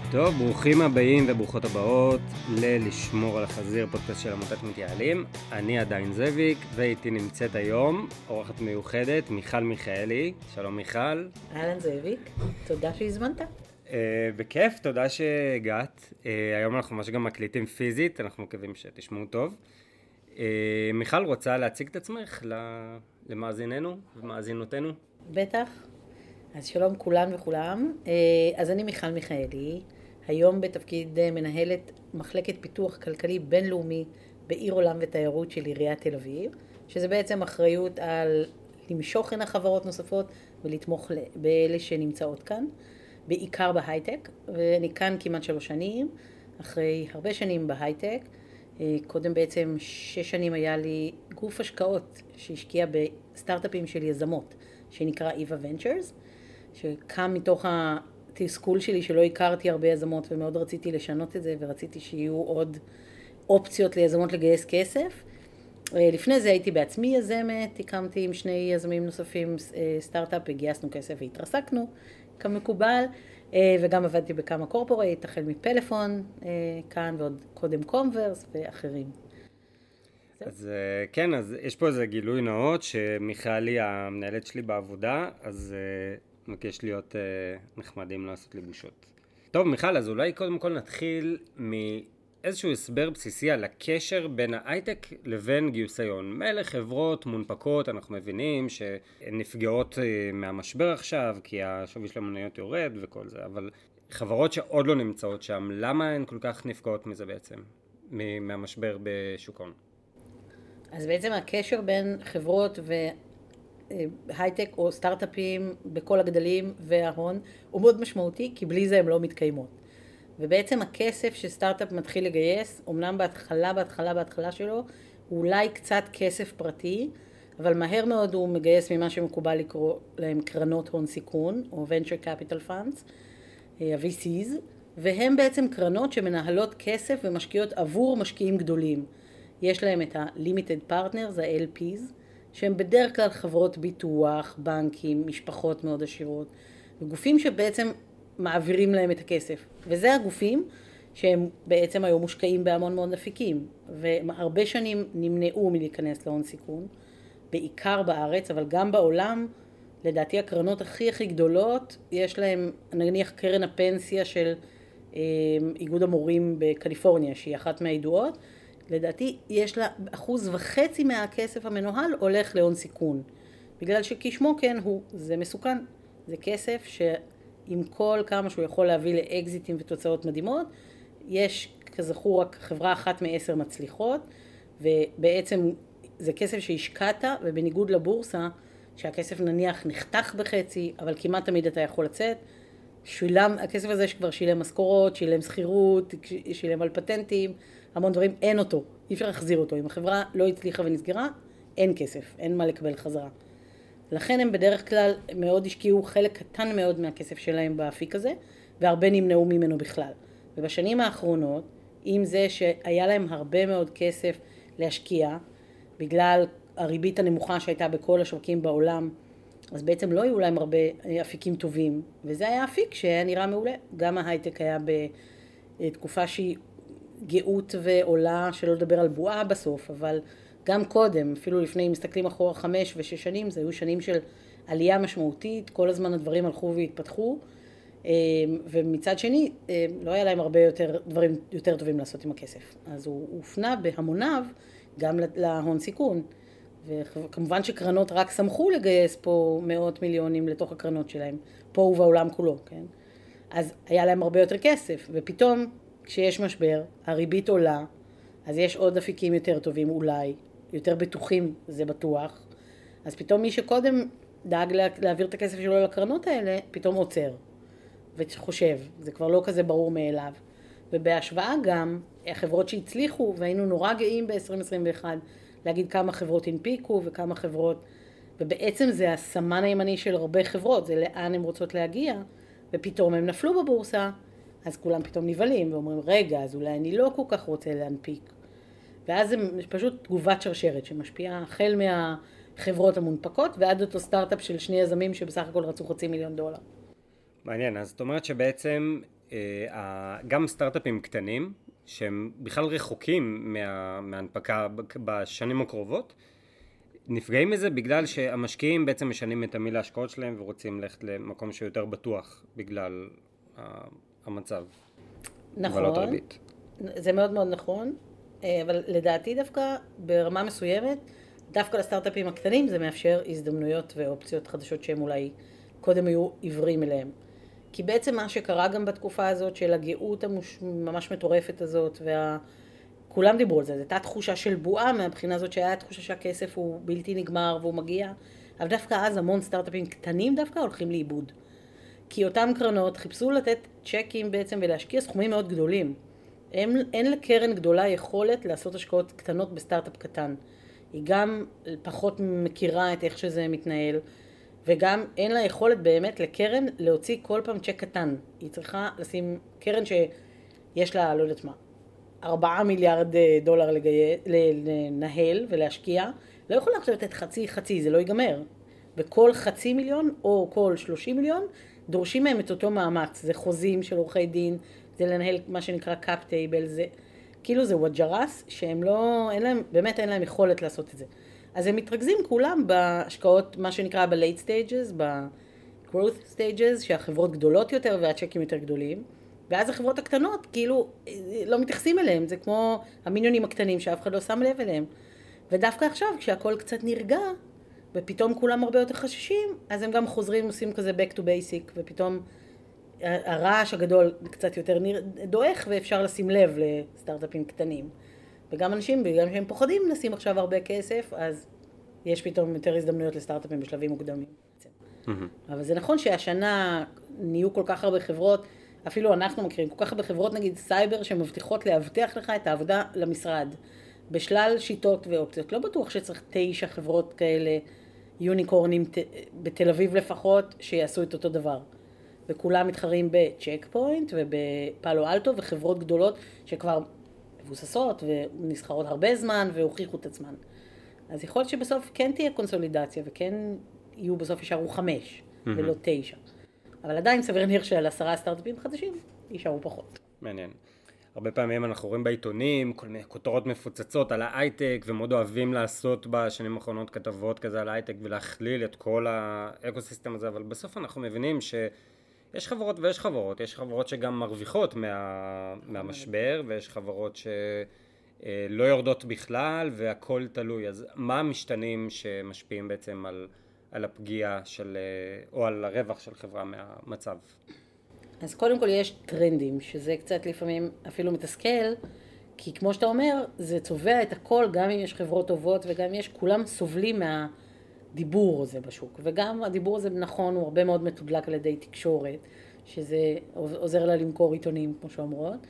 טוב, ברוכים הבאים וברוכות הבאות ללשמור על החזיר, פודקאסט של עמותת מתייעלים. אני עדיין זאביק, ואיתי נמצאת היום אורחת מיוחדת, מיכל מיכאלי. שלום מיכל. אהלן זאביק, תודה שהזמנת. בכיף, תודה שהגעת. היום אנחנו ממש גם מקליטים פיזית, אנחנו מקווים שתשמעו טוב. מיכל, רוצה להציג את עצמך למאזיננו ומאזינותינו? בטח. אז שלום כולן וכולם. אז אני מיכל מיכאלי, היום בתפקיד מנהלת מחלקת פיתוח כלכלי בינלאומי בעיר עולם ותיירות של עיריית תל אביב, שזה בעצם אחריות על למשוך הנה חברות נוספות ולתמוך באלה שנמצאות כאן, בעיקר בהייטק, ואני כאן כמעט 3 שנים, אחרי הרבה שנים בהייטק. קודם בעצם 6 שנים היה לי גוף השקעות שהשקיע בסטארט-אפים של יזמות, שנקרא איווה ונצ'רס, שקם מתוך התסכול שלי שלא הכרתי הרבה יזמות ומאוד רציתי לשנות את זה ורציתי שיהיו עוד אופציות ליזמות לגייס כסף. לפני זה הייתי בעצמי יזמת, הקמתי עם 2 יזמים נוספים סטארט-אפ, הגייסנו כסף והתרסקנו כמקובל, וגם עבדתי בכמה קורפורייט, החל מפלאפון כאן ועוד קודם קומברס ואחרים. אז כן, אז יש פה איזה גילוי נאות שמיכאלי המנהלת שלי בעבודה, אז מבקש להיות נחמדים לעשות לי בושות. טוב מיכל, אז אולי קודם כל נתחיל מאיזשהו הסבר בסיסי על הקשר בין ההייטק לבין גיוסי הון. מלא חברות מונפקות, אנחנו מבינים שהן נפגעות מהמשבר עכשיו, כי השווי של המניות יורד וכל זה, אבל חברות שעוד לא נמצאות שם, למה הן כל כך נפגעות מזה בעצם, מהמשבר בשוק ההון? אז בעצם הקשר בין חברות והייטק או סטארט-אפים בכל הגדלים וההון הוא מאוד משמעותי, כי בלי זה הם לא מתקיימות. ובעצם הכסף שסטארט-אפ מתחיל לגייס, אמנם בהתחלה שלו, הוא אולי קצת כסף פרטי, אבל מהר מאוד הוא מגייס ממה שמקובל לקרוא להם קרנות הון סיכון, או venture capital funds, ה-VCs, והם בעצם קרנות שמנהלות כסף ומשקיעות עבור משקיעים גדולים. יש להם את ה-Limited Partners, ה-LPs, שהם בדרך כלל חברות ביטוח, בנקים, משפחות מאוד עשירות, וגופים שבעצם מעבירים להם את הכסף. וזה הגופים שהם בעצם היו מושקעים בהמון מאוד אפיקים, והרבה שנים נמנעו מלהיכנס להון סיכון, בעיקר בארץ, אבל גם בעולם. לדעתי הקרנות הכי גדולות, יש להם נניח קרן הפנסיה של איגוד המורים בקליפורניה, שהיא אחת מהידועות, לדעתי יש לה 1.5% מהכסף המנוהל הולך להון סיכון. בגלל שכשמו כן זה מסוכן. זה כסף שעם כל כמה שהוא יכול להביא לאקזיטים ותוצאות מדהימות, יש כזכור רק חברה אחת מ10 מצליחות, ובעצם זה כסף שהשקעת, ובניגוד לבורסה, שהכסף נניח נחתך בחצי, אבל כמעט תמיד אתה יכול לצאת, הכסף הזה שכבר שילם משכורות, שילם שכירות, שילם על פטנטים, המון דברים, אין אותו, אי אפשר להחזיר אותו. אם החברה לא הצליחה ונסגרה, אין כסף, אין מה לקבל חזרה. לכן הם בדרך כלל מאוד השקיעו חלק קטן מאוד מהכסף שלהם באפיק הזה, והרבה נמנעו ממנו בכלל. ובשנים האחרונות, עם זה שהיה להם הרבה מאוד כסף להשקיע, בגלל הריבית הנמוכה שהייתה בכל השווקים בעולם, אז בעצם לא היו להם הרבה אפיקים טובים, וזה היה אפיק שהיה נראה מעולה. גם ההייטק היה בתקופה שהיא גאות ועולה, שלא לדבר על בועה בסוף, אבל גם קודם, אפילו לפני, אם מסתכלים אחורה 5 ו6 שנים, זה היו שנים של עלייה משמעותית, כל הזמן הדברים הלכו והתפתחו, ומצד שני, לא היה להם הרבה דברים יותר טובים לעשות עם הכסף. אז הוא הופנה בהמוניו גם להון סיכון, וכמובן שקרנות רק שמחו לגייס פה מאות מיליונים לתוך הקרנות שלהם, פה ובעולם כולו, כן? אז היה להם הרבה יותר כסף, ופתאום כשיש משבר, הריבית עולה, אז יש עוד אפיקים יותר טובים אולי, יותר בטוחים, זה בטוח, אז פתאום מי שקודם דאג להעביר את הכסף שלו לקרנות האלה, פתאום עוצר, וחושב, זה כבר לא כזה ברור מאליו. ובהשוואה גם, החברות שהצליחו, והיינו נורא גאים ב-2021, להגיד כמה חברות הנפיקו וכמה חברות, ובעצם זה הסמן הימני של הרבה חברות, זה לאן הן רוצות להגיע, ופתאום הם נפלו בבורסה, אז כולם פתאום נבלים ואומרים, רגע, אז אולי אני לא כל כך רוצה להנפיק. ואז זה פשוט תגובת שרשרת שמשפיעה החל מהחברות המונפקות ועד אותו סטארט-אפ של 2 יזמים שבסך הכל רצו $500,000. מעניין, אז זאת אומרת שבעצם גם סטארט-אפים קטנים, שהם בכלל רחוקים מההנפקה בשנים הקרובות, נפגעים מזה בגלל שהמשקיעים בעצם משנים את תמהיל ההשקעות שלהם ורוצים ללכת למקום שיותר בטוח בגלל המצב. נכון, זה מאוד מאוד נכון, אבל לדעתי דווקא ברמה מסוימת, דווקא לסטארט-אפים הקטנים זה מאפשר הזדמנויות ואופציות חדשות שהם אולי קודם היו עיוורים אליהם. כי בעצם מה שקרה גם בתקופה הזאת של הגאות ממש מטורפת הזאת, כולם דיברו על זה, זו הייתה תחושה של בועה מהבחינה הזאת שהיה תחושה שהכסף הוא בלתי נגמר והוא מגיע, אבל דווקא אז המון סטארט-אפים קטנים דווקא הולכים לאיבוד. כי אותם קרנות חיפשו לתת צ'קים בעצם ולהשקיע סכומים מאוד גדולים. אין לקרן גדולה יכולת לעשות השקעות קטנות בסטארט-אפ קטן. היא גם פחות מכירה את איך שזה מתנהל, וגם אין לה יכולת באמת לקרן להוציא כל פעם צ'ק קטן. היא צריכה לשים קרן שיש לה, לא יודעת מה, 4 מיליארד דולר לנהל ולהשקיע. לא יכולה עכשיו לתת חצי, זה לא ייגמר. וכל 500,000 או כל 30,000,000 דורשים מהם את אותו מאמץ. זה חוזים של עורכי דין, זה לנהל מה שנקרא קאפ טייבל, זה כאילו זה וג'רס שהם לא, באמת אין להם יכולת לעשות את זה. אז הם מתרכזים כולם בהשקעות, מה שנקרא ב-late stages, ב-growth stages, שהחברות גדולות יותר והצ'קים יותר גדולים, ואז החברות הקטנות כאילו לא מתייחסים אליהם, זה כמו המיניונים הקטנים שאף אחד לא שם לב אליהם. ודווקא עכשיו כשהכל קצת נרגע, ופתאום כולם הרבה יותר חששים, אז הם גם חוזרים עושים כזה back to basic, ופתאום הרעש הגדול קצת יותר דועך, ואפשר לשים לב לסטארט-אפים קטנים. וגם אנשים, בגלל שהם פוחדים לשים עכשיו הרבה כסף, אז יש פתאום יותר הזדמנויות לסטארט-אפים בשלבים מוקדמים. אבל זה נכון שהשנה נהיו כל כך הרבה חברות, אפילו אנחנו מכירים כל כך הרבה חברות, נגיד סייבר, שמבטיחות להבטיח לך את העבודה למשרד, בשלל שיטות ואופציות. לא בטוח שצריך 9 חברות כאלה, יוניקורנים בתל אביב לפחות, שיעשו את אותו דבר. וכולם מתחרים בצ'ק פוינט ובפאלו אלטו, וחברות גדולות שכבר מבוססות ונסחרות הרבה זמן והוכיחו את עצמן. אז יכול להיות שבסוף כן תהיה קונסולידציה, וכן יהיו בסוף יישארו 5 ולא 9. אבל עדיין סביר להניח שעל 10 סטארט-אפים חדשים יישארו פחות. מעניין. הרבה פעמים אנחנו רואים בעיתונים כל מיני כותרות מפוצצות על ההייטק, ומאוד אוהבים לעשות בשנים האחרונות כתבות כזה על ההייטק ולהכליל את כל האקוסיסטם הזה, אבל בסוף אנחנו מבינים שיש חברות ויש חברות, יש חברות שגם מרוויחות מהמשבר, ויש חברות שלא יורדות בכלל, והכל תלוי. אז מה המשתנים שמשפיעים בעצם על הפגיעה או על הרווח של חברה מהמצב? אז קודם כל יש טרנדים, שזה קצת לפעמים אפילו מתסכל, כי כמו שאתה אומר, זה צובע את הכל, גם אם יש חברות טובות וגם אם יש, כולם סובלים מהדיבור הזה בשוק. וגם הדיבור הזה נכון, הוא הרבה מאוד מתודלק על ידי תקשורת, שזה עוזר לה למכור עיתונים, כמו שאומרות.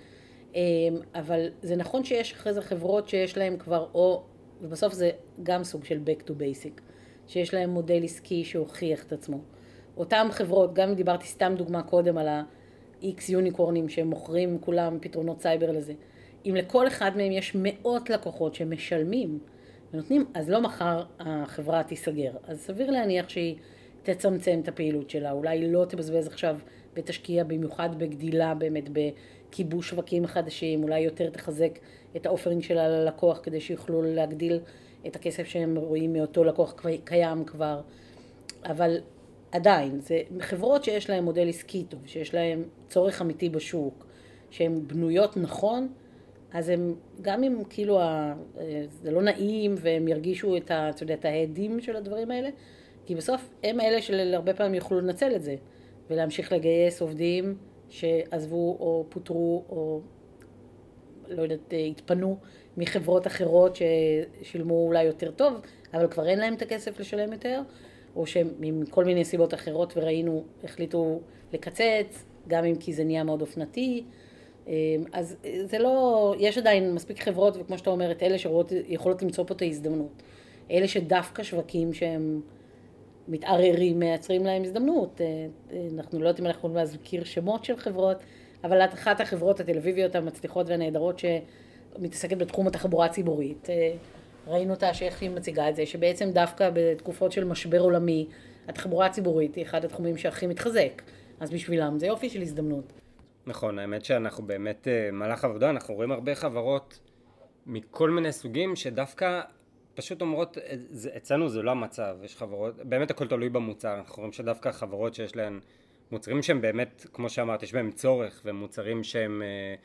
אבל זה נכון שיש אחרי זה חברות שיש להן כבר, ובסוף זה גם סוג של back to basic, שיש להן מודל עסקי שהוכיח את עצמו. אותם חברות, גם דיברתי סתם דוגמה קודם על ה-X יוניקורנים שמוכרים כולם פתרונות סייבר לזה. אם לכל אחד מהם יש מאות לקוחות שמשלמים ונותנים, אז לא מחר החברה תיסגר. אז סביר להניח שהיא תצמצם את הפעילות שלה. אולי לא תבזבז עכשיו ותשקיע במיוחד בגדילה, באמת בכיבוש שווקים חדשים. אולי יותר תחזק את האופרינג שלה ללקוח כדי שיוכלו להגדיל את הכסף שהם רואים מאותו לקוח קיים כבר. אבל עדיין, זה חברות שיש להן מודל עסקי טוב, שיש להן צורך אמיתי בשוק, שהן בנויות נכון, אז הם, גם אם כאילו זה לא נעים והם ירגישו את ההדים של הדברים האלה, כי בסוף הם אלה שהרבה פעמים יוכלו לנצל את זה, ולהמשיך לגייס עובדים שעזבו או פוטרו או לא יודעת, התפנו מחברות אחרות ששילמו אולי יותר טוב, אבל כבר אין להם את הכסף לשלם יותר, או שמכל מיני סיבות אחרות וראינו, החליטו לקצץ, גם אם כי זה נהיה מאוד אופנתי. אז זה לא, יש עדיין מספיק חברות, וכמו שאתה אומרת, אלה שיכולות למצוא פה את ההזדמנות. אלה שדווקא שווקים שהם מתערערים, מייצרים להם הזדמנות. אנחנו לא יודעים אם אנחנו להזכיר שמות של חברות, אבל אחת החברות התל אביביות המצליחות והנהדרות שמתעסקת בתחום התחבורה הציבורית, ראינו אותה שאיך היא מציגה את זה, שבעצם דווקא בתקופות של משבר עולמי, התחבורה הציבורית היא אחד התחומים שהכי מתחזק. אז בשבילם זה יופי של הזדמנות. נכון, האמת שאנחנו באמת, מהלך עבודה, אנחנו רואים הרבה חברות מכל מיני סוגים שדווקא פשוט אומרות, אצלנו זה לא המצב, יש חברות, באמת הכל תלוי במוצר, אנחנו רואים שדווקא חברות שיש להן מוצרים שהם באמת, כמו שאמרת, יש בהם צורך, ומוצרים שהם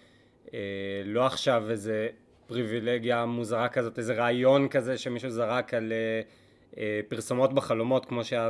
לא עכשיו איזה פריבילגיה מוזרה כזאת, איזה רעיון כזה שמישהו זרק על פרסומות בחלומות, כמו שהיה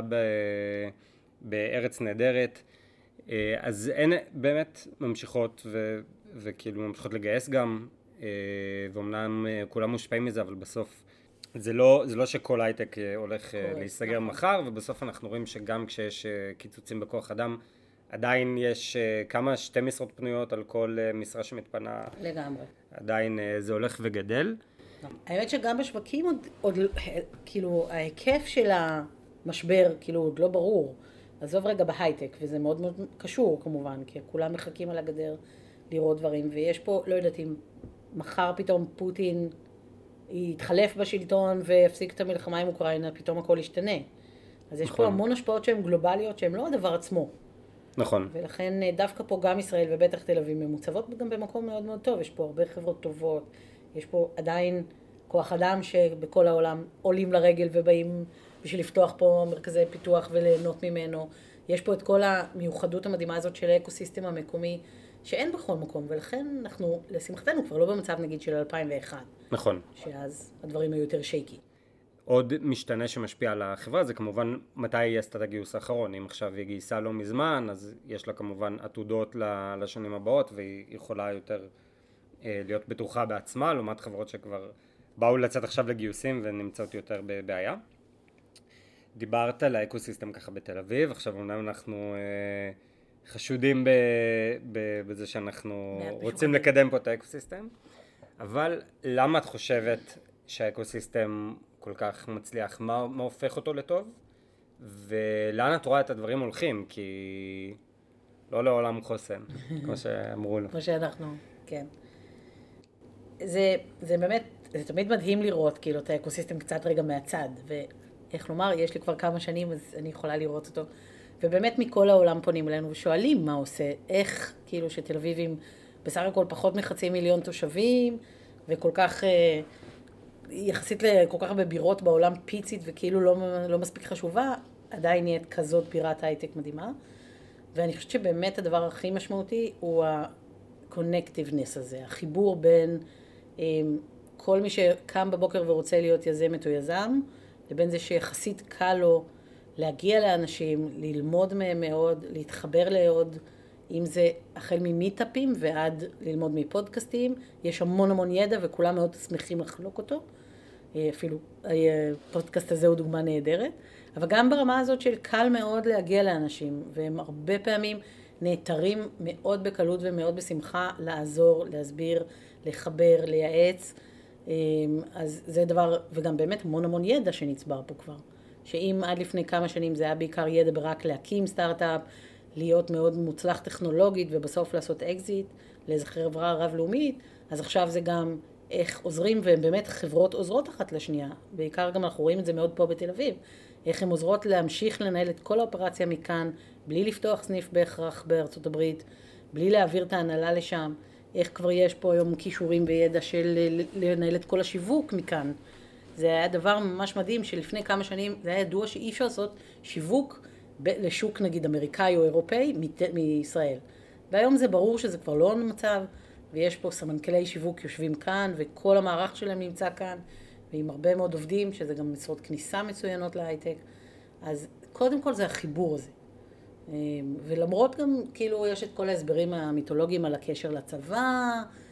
בארץ נהדרת. אז הן באמת ממשיכות וכאילו ממשיכות לגייס גם, ואומנם כולם מושפעים מזה, אבל בסוף זה לא שכל הייטק הולך להיסגר מחר, ובסוף אנחנו רואים שגם כשיש קיצוצים בכוח אדם, עדיין יש כמה 2 משרות פנויות על כל משרה שמתפנה. לגמרי. עדיין זה הולך וגדל. האמת שגם בשווקים עוד כאילו ההיקף של המשבר כאילו עוד לא ברור. עזוב רגע בהייטק, וזה מאוד מאוד קשור כמובן, כי כולם מחכים על הגדר לראות דברים, ויש פה, לא יודעת אם מחר פתאום פוטין יתחלף בשלטון ויפסיק את המלחמה עם אוקראינה, פתאום הכל ישתנה. אז יש פה המון השפעות שהן גלובליות, שהן לא הדבר עצמו. נכון. ולכן דווקא פה גם ישראל ובטח תל אביב ממוצבות גם במקום מאוד מאוד טוב. יש פה הרבה חברות טובות, יש פה עדיין כוח אדם שבכל העולם עולים לרגל ובאים בשביל לפתוח פה מרכזי פיתוח וליהנות ממנו. יש פה את כל המיוחדות המדהימה הזאת של האקוסיסטם המקומי, שאין בכל מקום, ולכן אנחנו, לשמחתנו, כבר לא במצב נגיד של 2001. נכון. שאז הדברים היו יותר שייקי. עוד משתנה שמשפיע על החברה זה כמובן מתי היא עשתה את הגיוס האחרון. אם עכשיו היא גייסה לא מזמן, אז יש לה כמובן עתודות לשנים הבאות, והיא יכולה יותר להיות בטוחה בעצמה, לעומת חברות שכבר באו לצאת עכשיו לגיוסים ונמצאות יותר בבעיה. דיברת על האקוסיסטם ככה בתל אביב, עכשיו אומנם אנחנו חשודים בזה שאנחנו רוצים לקדם פה את האקוסיסטם, אבל למה את חושבת שהאקוסיסטם כל כך מצליח? מה הופך אותו לטוב? ולאן את רואה את הדברים הולכים? כי לא לעולם חוסן, כמו שאמרו לו. כמו שאנחנו, כן. זה באמת, זה תמיד מדהים לראות כאילו את האקוסיסטם קצת רגע מהצד, ואיך לומר, יש לי כבר כמה שנים אז אני יכולה לראות אותו, ובאמת מכל העולם פונים אלינו ושואלים מה עושה, איך כאילו שתל אביבים בסך הכל פחות מ500,000 תושבים, וכל כך, יחסית לכל כך הרבה בירות בעולם פיצית וכאילו לא מספיק חשובה, עדיין נהיית כזאת בירת הייטק מדהימה, ואני חושבת שבאמת הדבר הכי משמעותי הוא ה-connectiveness הזה, החיבור בין כל מי שקם בבוקר ורוצה להיות יזמת או יזם, לבין זה שיחסית קל לו להגיע לאנשים, ללמוד מהם מאוד, להתחבר לעוד, אם זה החל ממיטאפים ועד ללמוד מפודקאסטים, יש המון ידע וכולם מאוד שמחים לחלוק אותו, אפילו הפודקאסט הזה הוא דוגמה נהדרת, אבל גם ברמה הזאת של קל מאוד להגיע לאנשים, והם הרבה פעמים נעתרים מאוד בקלות ומאוד בשמחה לעזור, להסביר, לחבר, לייעץ, אז זה דבר, וגם באמת המון ידע שנצבר פה כבר, שאם עד לפני כמה שנים זה היה בעיקר ידע ברק להקים סטארט-אפ, להיות מאוד מוצלח טכנולוגית ובסוף לעשות אקזיט לאיזו חברה רב-לאומית, אז עכשיו זה גם איך עוזרים, והן באמת חברות עוזרות אחת לשנייה, בעיקר גם אנחנו רואים את זה מאוד פה בתל אביב, איך הן עוזרות להמשיך לנהל את כל האופרציה מכאן, בלי לפתוח סניף בהכרח בארצות הברית, בלי להעביר את ההנהלה לשם, איך כבר יש פה היום כישורים וידע של לנהל את כל השיווק מכאן. זה היה דבר ממש מדהים שלפני כמה שנים זה היה ידוע שאי אפשר לעשות שיווק לשוק נגיד אמריקאי או אירופאי מישראל. והיום זה ברור שזה כבר לא מצב, ויש פה סמנכלי שיווק יושבים כאן, וכל המערך שלהם נמצא כאן, ועם הרבה מאוד עובדים, שזה גם משרות כניסה מצוינות להייטק. אז קודם כל זה החיבור הזה. ולמרות גם כאילו יש את כל ההסברים המיתולוגיים על הקשר לצבא,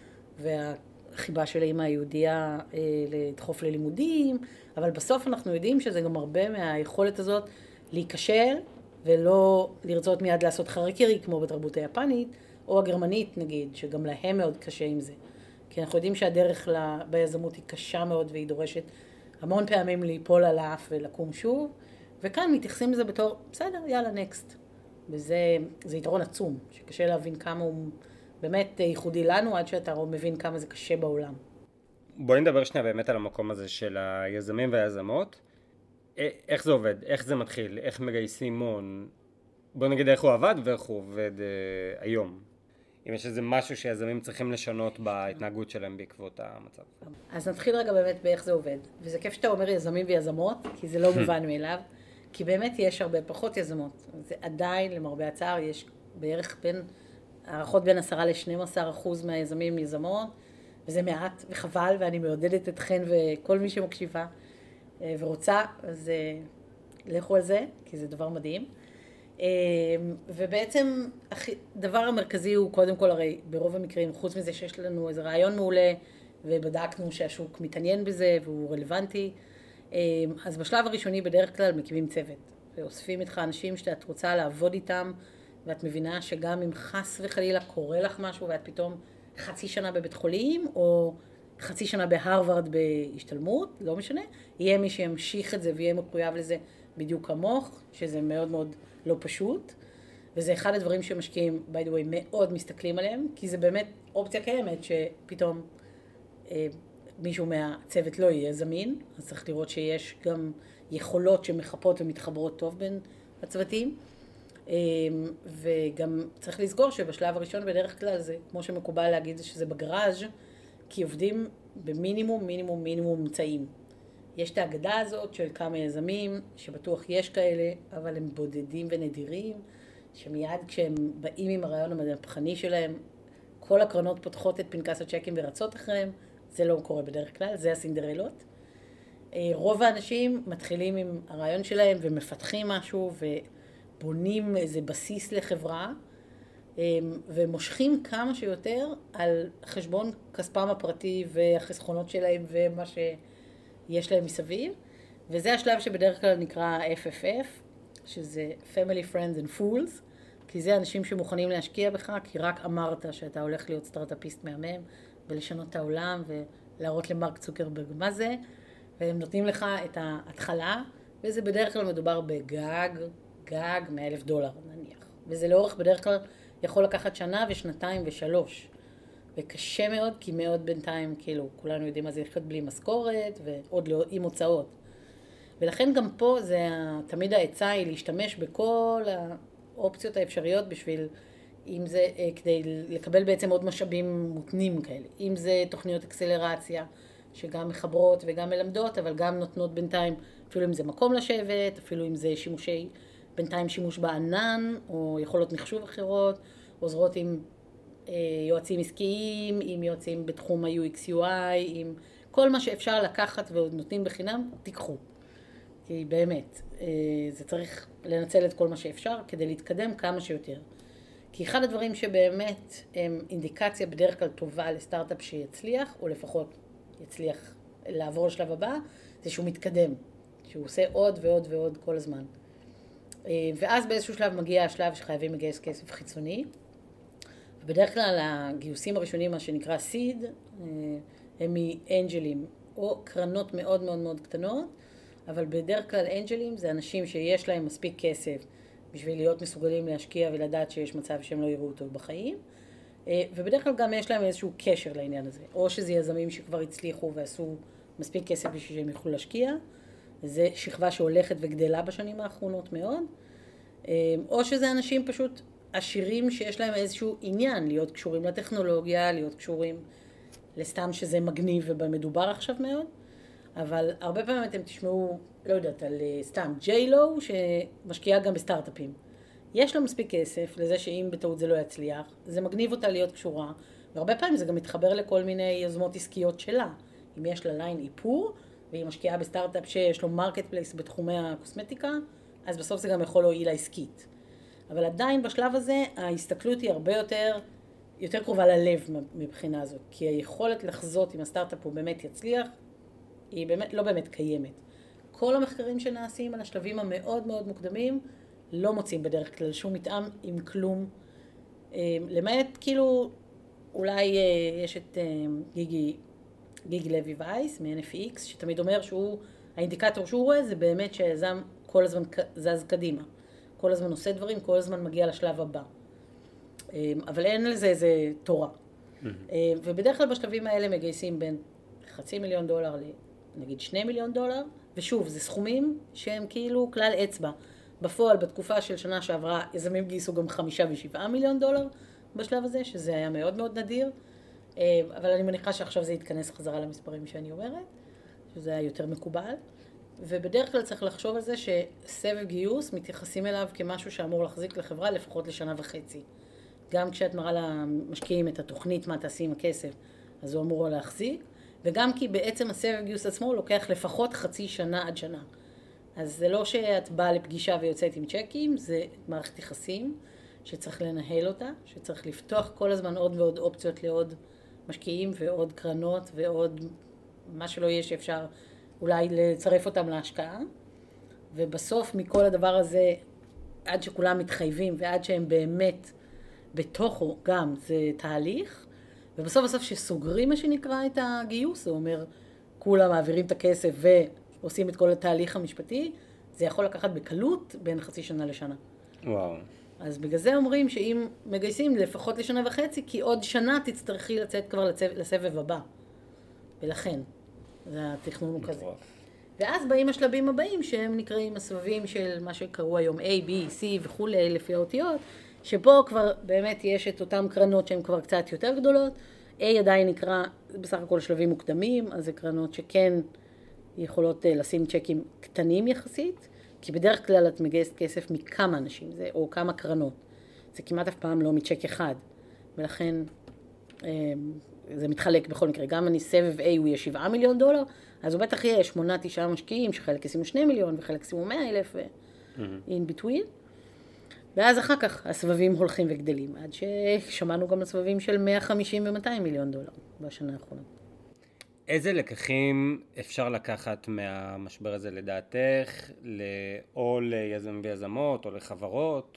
והחיבה של האמא היהודייה לדחוף ללימודים, אבל בסוף אנחנו יודעים שזה גם הרבה מהיכולת הזאת להיקשר, ולא לרצות מיד לעשות חרקירי כמו בתרבות היפנית, או הגרמנית נגיד, שגם להם מאוד קשה עם זה. כי אנחנו יודעים שהדרך ביזמות היא קשה מאוד, והיא דורשת המון פעמים ליפול על האף ולקום שוב, וכאן מתייחסים לזה בתור, בסדר, יאללה, נקסט. וזה יתרון עצום, שקשה להבין כמה הוא באמת ייחודי לנו, עד שאתה מבין כמה זה קשה בעולם. בואי נדבר שנייה באמת על המקום הזה של היזמים והיזמות. איך זה עובד? איך זה מתחיל? איך מגייסים הון? בוא נגיד איך הוא עבד ואיך הוא עובד היום. אם יש איזה משהו שיזמים צריכים לשנות בהתנהגות שלהם בעקבות המצב. אז נתחיל רגע באמת באיך זה עובד. וזה כיף שאתה אומר יזמים ויזמות, כי זה לא מובן מאליו, כי באמת יש הרבה פחות יזמות. זה עדיין, למרבה הצער, יש בערך הערכות בין 10-12% מהיזמים יזמות, וזה מעט וחבל, ואני מעודדת אתכן וכל מי שמקשיבה ורוצה, אז לכו על זה, כי זה דבר מדהים. ובעצם הדבר המרכזי הוא קודם כל, הרי ברוב המקרים, חוץ מזה שיש לנו איזה רעיון מעולה, ובדקנו שהשוק מתעניין בזה והוא רלוונטי, אז בשלב הראשוני בדרך כלל מקימים צוות, ואוספים איתך אנשים שאת רוצה לעבוד איתם, ואת מבינה שגם אם חס וחלילה קורה לך משהו, ואת פתאום חצי שנה בבית חולים, או חצי שנה בהרווארד בהשתלמות, לא משנה, יהיה מי שימשיך את זה ויהיה מחויב לזה בדיוק כמוך, שזה מאוד מאוד לא פשוט, וזה אחד הדברים שמשקיעים, by the way, מאוד מסתכלים עליהם, כי זה באמת אופציה קיימת שפתאום מישהו מהצוות לא יהיה זמין, אז צריך לראות שיש גם יכולות שמחפות ומתחברות טוב בין הצוותים, וגם צריך לסגור שבשלב הראשון בדרך כלל זה, כמו שמקובל להגיד, שזה בגראז', כי עובדים במינימום, מינימום, מינימום ממצאים. יש את ההגדה הזאת של כמה יזמים, שבטוח יש כאלה, אבל הם בודדים ונדירים, שמיד כשהם באים עם הרעיון המהפכני שלהם, כל הקרנות פותחות את פנקס הצ'קים ורצות אחריהם, זה לא קורה בדרך כלל, זה הסינדרלות. רוב האנשים מתחילים עם הרעיון שלהם ומפתחים משהו ובונים איזה בסיס לחברה, ומושכים כמה שיותר על חשבון כספם הפרטי והחסכונות שלהם ומה שיש להם מסביב, וזה השלב שבדרך כלל נקרא FFF, שזה Family, Friends and Fools, כי זה אנשים שמוכנים להשקיע בך, כי רק אמרת שאתה הולך להיות סטארט-אפיסט מהמם, ולשנות את העולם, ולהראות למרק צוקרברג מה זה, והם נותנים לך את ההתחלה, וזה בדרך כלל מדובר בגג $100,000 נניח. וזה לאורך בדרך כלל יכול לקחת שנה ושנתיים ושלוש. וקשה מאוד, כי מאוד בינתיים, כאילו, כולנו יודעים מה זה לחיות בלי משכורת, ועוד לא עם הוצאות. ולכן גם פה זה תמיד העצה היא להשתמש בכל האופציות האפשריות בשביל, אם זה כדי לקבל בעצם עוד משאבים מותנים כאלה. אם זה תוכניות אקסלרציה, שגם מחברות וגם מלמדות, אבל גם נותנות בינתיים, אפילו אם זה מקום לשבת, אפילו אם זה בינתיים שימוש בענן, או יכולות מחשוב אחרות, עוזרות עם יועצים עסקיים, עם יועצים בתחום ה-UX UI, עם כל מה שאפשר לקחת ועוד נותנים בחינם, תיקחו. כי באמת, זה צריך לנצל את כל מה שאפשר כדי להתקדם כמה שיותר. כי אחד הדברים שבאמת הם אינדיקציה בדרך כלל טובה לסטארט-אפ שיצליח, או לפחות יצליח לעבור לשלב הבא, זה שהוא מתקדם, שהוא עושה עוד ועוד ועוד כל הזמן. ואז באיזשהו שלב מגיע השלב שחייבים לגייס כסף חיצוני, ובדרך כלל הגיוסים הראשונים, מה שנקרא סיד, הם מאנג'לים, או קרנות מאוד מאוד מאוד קטנות, אבל בדרך כלל אנג'לים זה אנשים שיש להם מספיק כסף בשביל להיות מסוגלים להשקיע ולדעת שיש מצב שהם לא יראו אותו בחיים, ובדרך כלל גם יש להם איזשהו קשר לעניין הזה, או שזה יזמים שכבר הצליחו ועשו מספיק כסף בשביל שהם יוכלו להשקיע, זה שכבה שהולכת וגדלה בשנים האחרונות מאוד, או שזה אנשים פשוט עשירים שיש להם איזשהו עניין, להיות קשורים לטכנולוגיה, להיות קשורים לסתם שזה מגניב ובמדובר עכשיו מאוד, אבל הרבה פעמים אתם תשמעו, לא יודעת, על סתם ג'יילו שמשקיעה גם בסטארט-אפים. יש לה מספיק כסף לזה שאם בטעות זה לא יצליח, זה מגניב אותה להיות קשורה, והרבה פעמים זה גם מתחבר לכל מיני יוזמות עסקיות שלה. אם יש לה ליין איפור, והיא משקיעה בסטארט-אפ שיש לו מרקט פלייס בתחומי הקוסמטיקה, אז בסוף זה גם יכול להועיל לעסקית. אבל עדיין בשלב הזה ההסתכלות היא הרבה יותר קרובה ללב מבחינה הזאת, כי היכולת לחזות אם הסטארט-אפ הוא באמת יצליח, היא באמת, לא באמת קיימת. כל המחקרים שנעשים על השלבים המאוד מאוד מוקדמים, לא מוצאים בדרך כלל שום מתאם עם כלום. למעט כאילו, אולי יש את גיגי לוי וייס מ-NFX, שתמיד אומר שהוא, האינדיקטור שהוא רואה זה באמת שהיזם כל הזמן זז קדימה. כל הזמן עושה דברים, כל הזמן מגיע לשלב הבא. אבל אין לזה איזה תורה. ובדרך כלל בשלבים האלה מגייסים בין $500,000 נגיד $2 מיליון, ושוב, זה סכומים שהם כאילו כלל אצבע. בפועל, בתקופה של שנה שעברה, יזמים גייסו גם $5 ו$7 מיליון, בשלב הזה, שזה היה מאוד מאוד נדיר, אבל אני מניחה שעכשיו זה יתכנס חזרה למספרים שאני אומרת, שזה היה יותר מקובל. ובדרך כלל צריך לחשוב על זה שסבב גיוס מתייחסים אליו כמשהו שאמור להחזיק לחברה לפחות לשנה וחצי. גם כשאת מראה למשקיעים את התוכנית מה תעשי עם הכסף, אז הוא אמור להחזיק, וגם כי בעצם הסבב גיוס עצמו לוקח לפחות חצי שנה עד שנה. אז זה לא שאת באה לפגישה ויוצאת עם צ'קים, זה מערכת יחסים שצריך לנהל אותה, שצריך לפתוח כל הזמן עוד ועוד אופציות לעוד משקיעים ועוד קרנות ועוד מה שלא יהיה שאפשר אולי לצרף אותם להשקעה. ובסוף מכל הדבר הזה, עד שכולם מתחייבים ועד שהם באמת בתוכו גם זה תהליך, ובסוף שסוגרים מה שנקרא את הגיוס, זה אומר כולם מעבירים את הכסף ועושים את כל התהליך המשפטי, זה יכול לקחת בקלות בין חצי שנה לשנה. וואו. אז בגלל זה אומרים שאם מגייסים לפחות לשנה וחצי, כי עוד שנה תצטרכי לצאת כבר לסבב הבא. ולכן, זה התכנון הוא כזה. ואז באים השלבים הבאים שהם נקראים הסבבים של מה שקראו היום A, B, C וכולי לפי האותיות, שבו כבר באמת יש את אותם קרנות שהן כבר קצת יותר גדולות. A עדיין נקרא בסך הכל שלבים מוקדמים, אז זה קרנות שכן יכולות לשים צ'קים קטנים יחסית, כי בדרך כלל את מגייסת כסף מכמה אנשים, או כמה קרנות. זה כמעט אף פעם לא מצ'ק אחד, ולכן זה מתחלק בכל מקרה. גם אני סבב A הוא יהיה $7 מיליון, אז הוא בטח יהיה 8-9 משקיעים, שחלק ישימו 2 מיליון וחלק ישימו 100,000 in between. ואז אחר כך הסבבים הולכים וגדלים, עד ששמענו גם לסבבים של 150 ו-200 מיליון דולר בשנה האחרונה. איזה לקחים אפשר לקחת מהמשבר הזה לדעתך, או ליזמים ויזמות, או לחברות,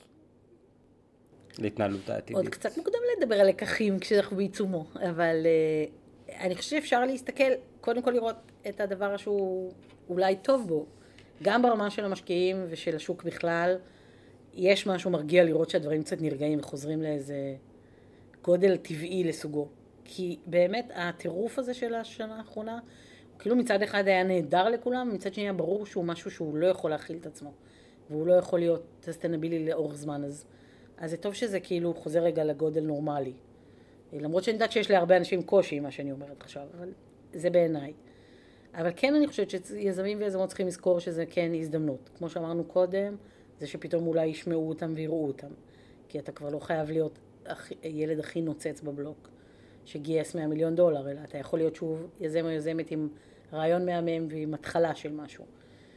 להתנהלות העתידית? עוד קצת מוקדם לדבר על לקחים כשאנחנו בעיצומו, אבל אני חושבת שאפשר להסתכל, קודם כל לראות את הדבר שהוא אולי טוב בו, גם ברמה של המשקיעים ושל השוק בכלל, יש משהו מרגיע לראות שהדברים קצת נרגעים וחוזרים לאיזה גודל טבעי לסוגו. כי באמת הטירוף הזה של השנה האחרונה, כאילו מצד אחד היה נהדר לכולם, מצד שני היה ברור שהוא משהו שהוא לא יכול להכיל את עצמו, והוא לא יכול להיות ססטיינבילי לאורך זמן. אז זה טוב שזה כאילו חוזר רגע לגודל נורמלי. למרות שאני יודעת שיש להרבה אנשים קושי, מה שאני אומרת עכשיו, אבל זה בעיניי. אבל כן אני חושבת שיזמים ויזמות צריכים לזכור שזה כן הזדמנות. כמו שאמרנו קודם, זה שפתאום אולי ישמעו אותם ויראו אותם. כי אתה כבר לא חייב להיות ילד הכי נוצץ בבלוק, שגייס $100 מיליון, אלא אתה יכול להיות שוב יזם או יזמת עם רעיון מהמם ועם התחלה של משהו.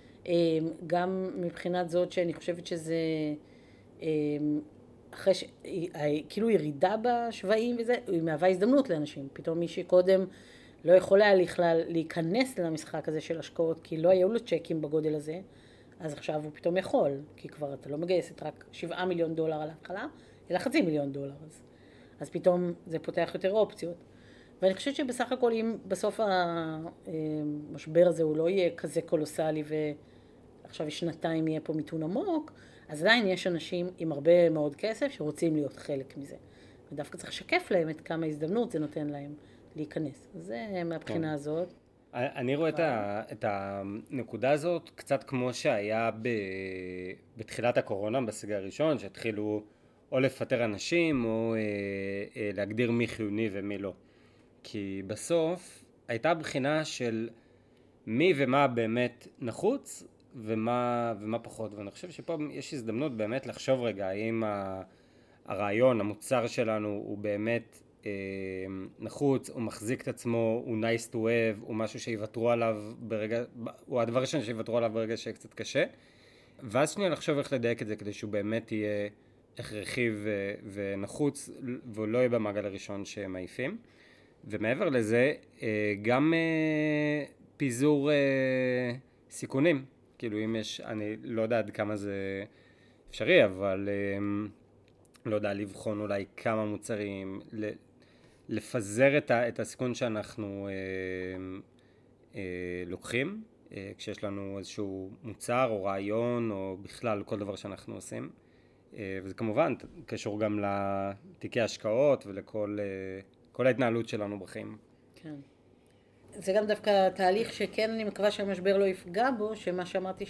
גם מבחינת זאת שאני חושבת שזה, אחרי כאילו ירידה בשוואים וזה, היא מהווה הזדמנות לאנשים. פתאום מי שקודם לא יכול היה להיכנס למשחק הזה של השקעות, כי לא היו לו צ'קים בגודל הזה, אז עכשיו הוא פתאום יכול, כי כבר אתה לא מגייסת רק $7 מיליון על ההתחלה, אלא $500,000. אז פתאום זה פותח יותר אופציות. ואני חושבת שבסך הכל אם בסוף המשבר הזה הוא לא יהיה כזה קולוסלי ועכשיו שנתיים יהיה פה מיתון עמוק, אז עדיין יש אנשים עם הרבה מאוד כסף שרוצים להיות חלק מזה. ודווקא צריך לשקף להם את כמה הזדמנות זה נותן להם להיכנס. אז זה מהבחינה הזאת. אני רואה את הנקודה הזאת קצת כמו שהיה בתחילת הקורונה, בסגר הראשון, שהתחילו או לפטר אנשים או להגדיר מי חיוני ומי לא. כי בסוף הייתה בחינה של מי ומה באמת נחוץ ומה פחות. ואני חושב שפה יש הזדמנות באמת לחשוב רגע האם הרעיון, המוצר שלנו הוא באמת נחוץ, הוא מחזיק את עצמו, הוא nice to have, הוא משהו שיוותרו עליו ברגע, הוא הדבר ראשון שיוותרו עליו ברגע שיהיה קצת קשה. ואז שנייה לחשוב איך לדייק את זה כדי שהוא באמת יהיה הכרחי ונחוץ, והוא לא יהיה במעגל הראשון שהם מעיפים. ומעבר לזה, גם פיזור סיכונים. כאילו אם יש, אני לא יודע עד כמה זה אפשרי, אבל לא יודע, לבחון אולי כמה מוצרים, לפזר את הסיכון שאנחנו לוקחים, כשיש לנו איזשהו מוצר או רעיון או בכלל כל דבר שאנחנו עושים. וזה כמובן קשור גם לתיקי השקעות ולכל ההתנהלות שלנו בחיים. כן. זה גם דווקא תהליך שכן אני מקווה שהמשבר לא יפגע בו, שמה שאמרתי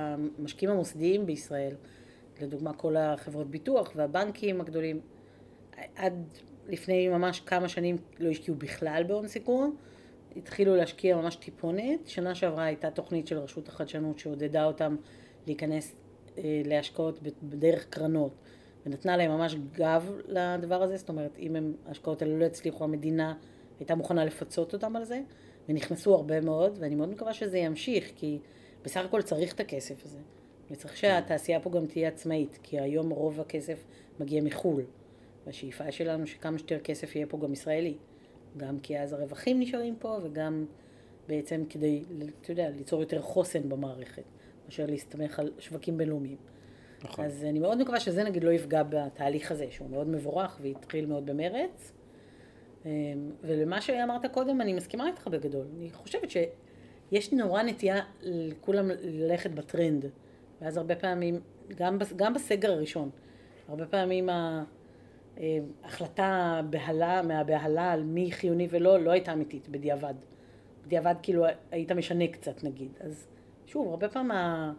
שהמשקיעים המוסדיים בישראל, לדוגמה כל החברות ביטוח והבנקים הגדולים, עד לפני ממש כמה שנים לא השקיעו בכלל בהון סיכון, התחילו להשקיע ממש טיפונת. שנה שעברה הייתה תוכנית של רשות החדשנות שעודדה אותם להיכנס להשקעות בדרך קרנות, ונתנה להם ממש גב לדבר הזה. זאת אומרת, אם הם, ההשקעות האלה לא הצליחו, המדינה הייתה מוכנה לפצות אותם על זה, ונכנסו הרבה מאוד, ואני מאוד מקווה שזה ימשיך, כי בסך הכל צריך את הכסף הזה. וצריך שהתעשייה פה גם תהיה עצמאית, כי היום רוב הכסף מגיע מחול. והשאיפה שלנו שכמה שיותר כסף יהיה פה גם ישראלי. גם כי אז הרווחים נשארים פה, וגם בעצם כדי, אתה יודע, ליצור יותר חוסן במערכת, מאשר להסתמך על שווקים בינלאומיים. נכון. אז אני מאוד מקווה שזה נגיד לא יפגע בתהליך הזה, שהוא מאוד מבורך והתחיל מאוד במרץ. ולמה שאמרת קודם, אני מסכימה איתך בגדול. אני חושבת שיש נורא נטייה לכולם ללכת בטרנד. ואז הרבה פעמים, גם בסגר הראשון, הרבה פעמים ההחלטה מהבהלה על מי חיוני ולא, לא הייתה אמיתית בדיעבד. בדיעבד כאילו היית משנה קצת נגיד. אז שוב, הרבה פעמים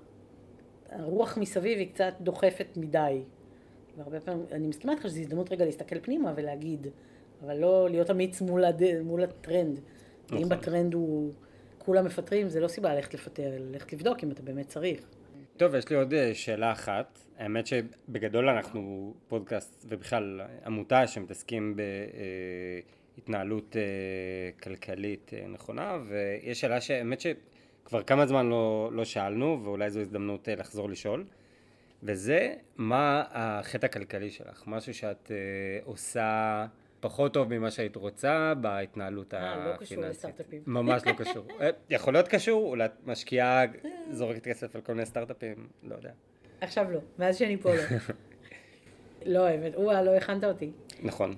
הרוח מסביב היא קצת דוחפת מדי. והרבה פעמים, אני מסכימה איתך שזו הזדמנות רגע להסתכל פנימה ולהגיד, אבל לא להיות אמיץ מול הטרנד. אם בטרנד הוא כולם מפטרים, זה לא סיבה ללכת לפטר, ללכת לבדוק אם אתה באמת צריך. טוב, יש לי עוד שאלה אחת. האמת שבגדול אנחנו פודקאסט ובכלל עמותה שמתעסקים בהתנהלות כלכלית נכונה, ויש שאלה שהאמת שכבר כמה זמן לא שאלנו, ואולי זו הזדמנות לחזור לשאול, וזה מה החטא הכלכלי שלך? משהו שאת עושה פחות טוב ממה שהיית רוצה בהתנהלות הפיננסית. לא קשור לסטארט-אפים. ממש לא קשור. יכול להיות קשור, אולי משקיעה, זורקת כסף על כל מיני סטארט-אפים, לא יודע. עכשיו לא, מאז שאני פה לא. לא, האמת, לא הכנת אותי. נכון.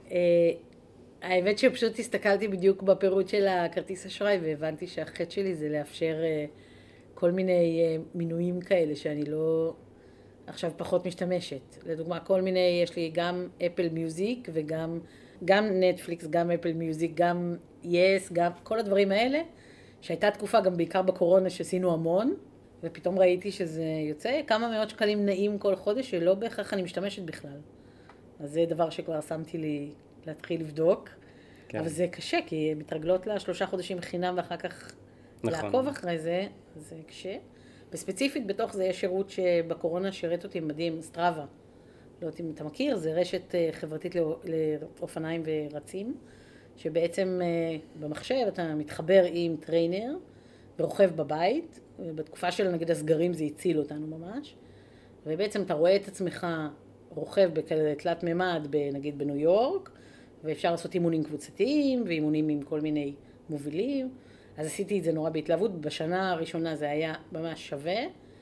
האמת שפשוט הסתכלתי בדיוק בפירוט של הכרטיס אשראי, והבנתי שהחטא שלי זה לאפשר כל מיני מינויים כאלה שאני לא עכשיו פחות משתמשת. לדוגמה, כל מיני, יש לי גם אפל מיוזיק וגם נטפליקס, גם אפל מיוזיק, גם יס, גם כל הדברים האלה, שהייתה תקופה גם בעיקר בקורונה שעשינו המון, ופתאום ראיתי שזה יוצא כמה מאות שקלים נעים כל חודש, שלא בהכרח אני משתמשת בכלל. אז זה דבר שכבר שמתי לי להתחיל לבדוק. כן. אבל זה קשה, כי מתרגלות לה 3 חודשים חינם ואחר כך נכון. לעקוב אחרי זה, זה קשה. וספציפית בתוך זה יש שירות שבקורונה שירת אותי מדהים, סטראבה. לא יודעת אם אתה מכיר, זה רשת חברתית לאופניים ורצים, שבעצם במחשב אתה מתחבר עם טריינר ורוכב בבית, ובתקופה של נגיד הסגרים זה הציל אותנו ממש, ובעצם אתה רואה את עצמך רוכב בכאלה תלת ממד נגיד בניו יורק, ואפשר לעשות אימונים קבוצתיים ואימונים עם כל מיני מובילים. אז עשיתי את זה נורא בהתלהבות, בשנה הראשונה זה היה ממש שווה,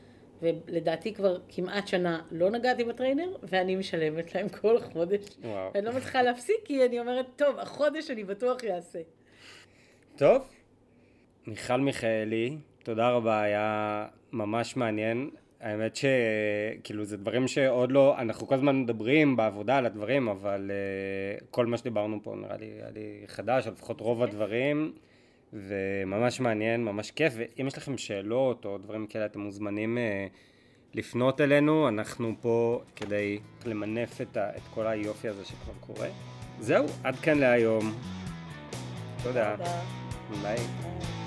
ולדעתי כבר כמעט שנה לא נגעתי בטריינר, ואני משלמת להם כל חודש. וואו. אני לא מצליחה להפסיק, כי אני אומרת, טוב, החודש אני בטוח יעשה. טוב, מיכל מיכאלי, תודה רבה, היה ממש מעניין. האמת שכאילו זה דברים שעוד לא, אנחנו כל הזמן מדברים בעבודה על הדברים, אבל כל מה שדיברנו פה נראה לי חדש, או לפחות רוב הדברים, וממש מעניין, ממש כיף. ואם יש לכם שאלות או דברים כאלה, אתם מוזמנים לפנות אלינו, אנחנו פה כדי למנף את כל היופי הזה שכבר קורה. זהו, עד כאן להיום. תודה. ביי.